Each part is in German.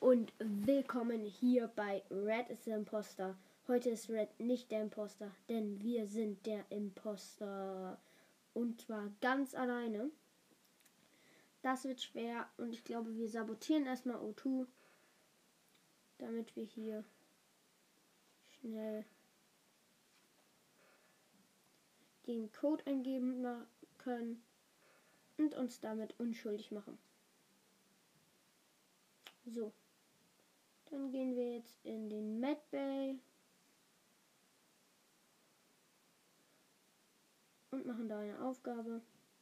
und willkommen hier bei Red is der Imposter. Heute ist Red nicht der Imposter, denn wir sind der Imposter. Und zwar ganz alleine. Das wird schwer und ich glaube, wir sabotieren erstmal O2, damit wir hier schnell den Code eingeben können und uns damit unschuldig machen. So. Dann gehen wir jetzt in den Medbay und machen da eine Aufgabe.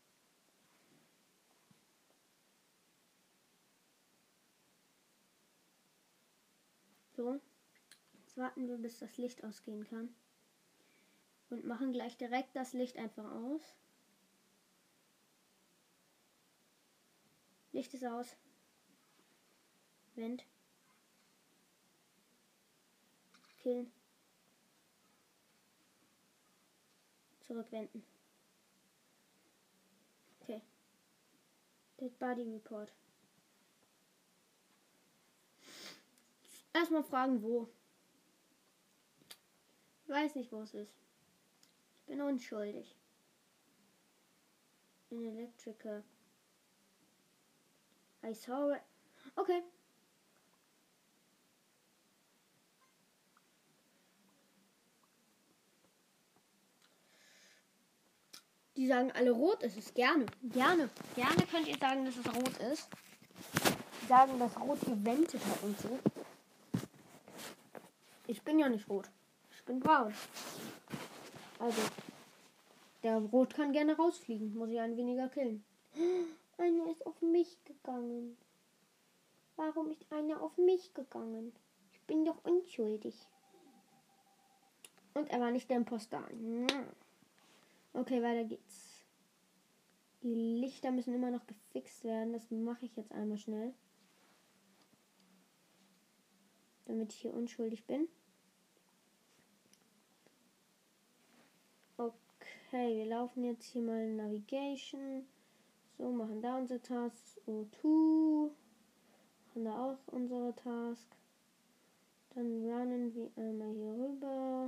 So, jetzt warten wir, bis das Licht ausgehen kann. Und machen gleich direkt das Licht einfach aus. Licht ist aus. Vent. Killen. Zurückwenden. Okay. Dead Body Report. Erstmal fragen, wo. Ich weiß nicht, wo es ist. Ich bin unschuldig. In Electrical. I saw it. Okay. Die sagen alle rot ist es. Gerne. Gerne könnt ihr sagen, dass es rot ist. Die sagen, dass rot gewendet hat und so. Ich bin ja nicht rot. Ich bin braun. Also, der Rot kann gerne rausfliegen. Muss ich einen weniger killen. Einer ist auf mich gegangen. Warum ist einer auf mich gegangen? Ich bin doch unschuldig. Und er war nicht der Imposter. Okay, weiter geht's. Die Lichter müssen immer noch gefixt werden. Das mache ich jetzt einmal schnell. Damit ich hier unschuldig bin. Okay, wir laufen jetzt hier mal in Navigation. So, machen da unsere Tasks. O2. Machen da auch unsere Task. Dann runnen wir einmal hier rüber.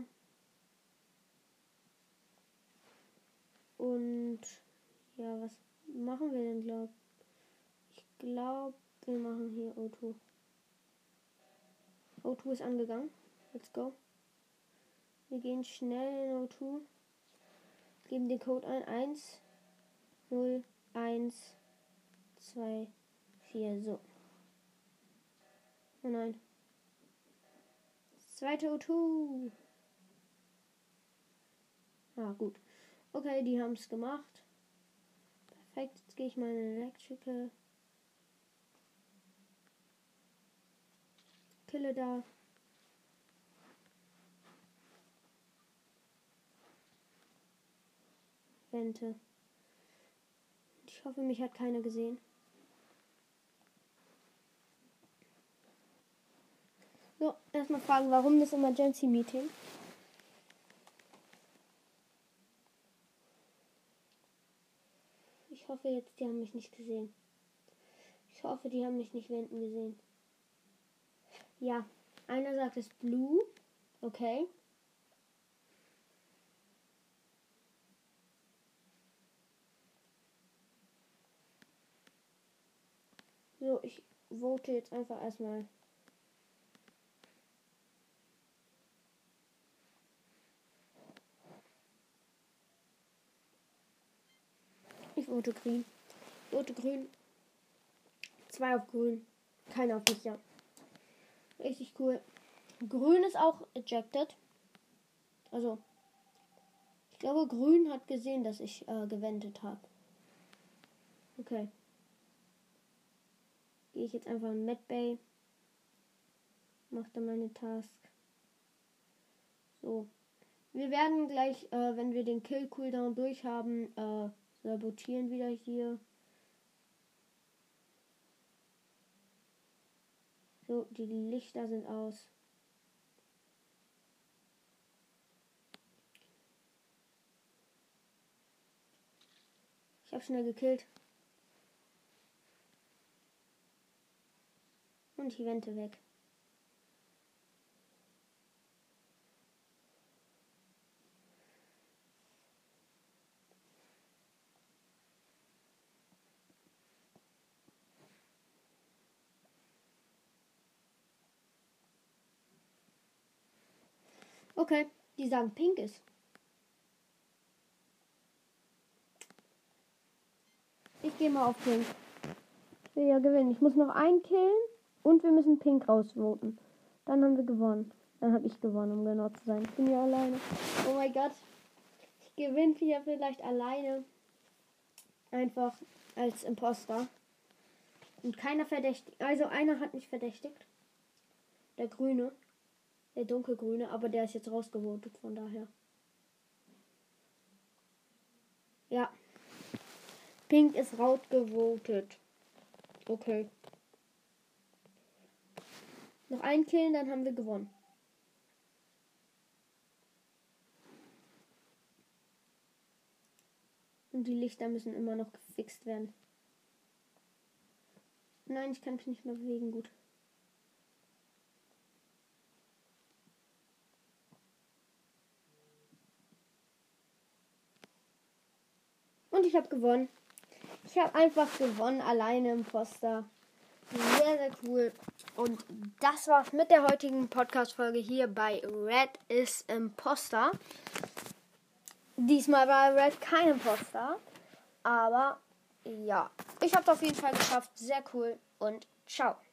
Und ja, was machen wir denn, Ich glaube, wir machen hier O2. O2 ist angegangen. Let's go. Wir gehen schnell in O2. Geben den Code ein. 1, 0, 1, 2, 4. So. Oh nein. Das zweite O2. Ah, gut. Okay, die haben es gemacht. Perfekt. Jetzt gehe ich mal in Electrical. Kille da. Vente. Ich hoffe, mich hat keiner gesehen. So, erstmal fragen, warum das Emergency Meeting? Ich hoffe jetzt, die haben mich nicht gesehen. Ich hoffe, die haben mich nicht wenden gesehen. Ja, einer sagt es Blue. Okay. So, ich vote jetzt einfach erstmal. Ich vote grün. Vote grün. 2 auf grün. Keiner auf mich, ja. Richtig cool. Grün ist auch ejected. Also, ich glaube, grün hat gesehen, dass ich gewendet habe. Okay. Gehe ich jetzt einfach in Medbay. Mache dann meine Task. So. Wir werden gleich, wenn wir den Kill-Cooldown durch haben, sabotieren wieder hier. So, die Lichter sind aus. Ich habe schnell gekillt. Oh Und die Wände weg. Okay, die sagen pink ist. Ich gehe mal auf pink. Ich will ja gewinnen. Ich muss noch einen killen und wir müssen pink rausvoten. Dann haben wir gewonnen. Dann habe ich gewonnen, um genau zu sein. Ich bin ja alleine. Oh mein Gott. Ich gewinne ja vielleicht alleine. Einfach als Imposter. Und keiner verdächtigt. Also einer hat mich verdächtigt. Der Grüne. Der dunkelgrüne, aber der ist jetzt rausgevotet, von daher. Ja. Pink ist rausgevotet. Okay. Noch einen killen, dann haben wir gewonnen. Und die Lichter müssen immer noch gefixt werden. Nein, ich kann mich nicht mehr bewegen, gut. Und ich habe gewonnen. Ich habe einfach gewonnen, alleine im Imposter. Sehr, sehr cool. Und das war's mit der heutigen Podcast-Folge hier bei Red is Imposter. Diesmal war Red kein Imposter. Aber ja, ich habe es auf jeden Fall geschafft. Sehr cool und ciao.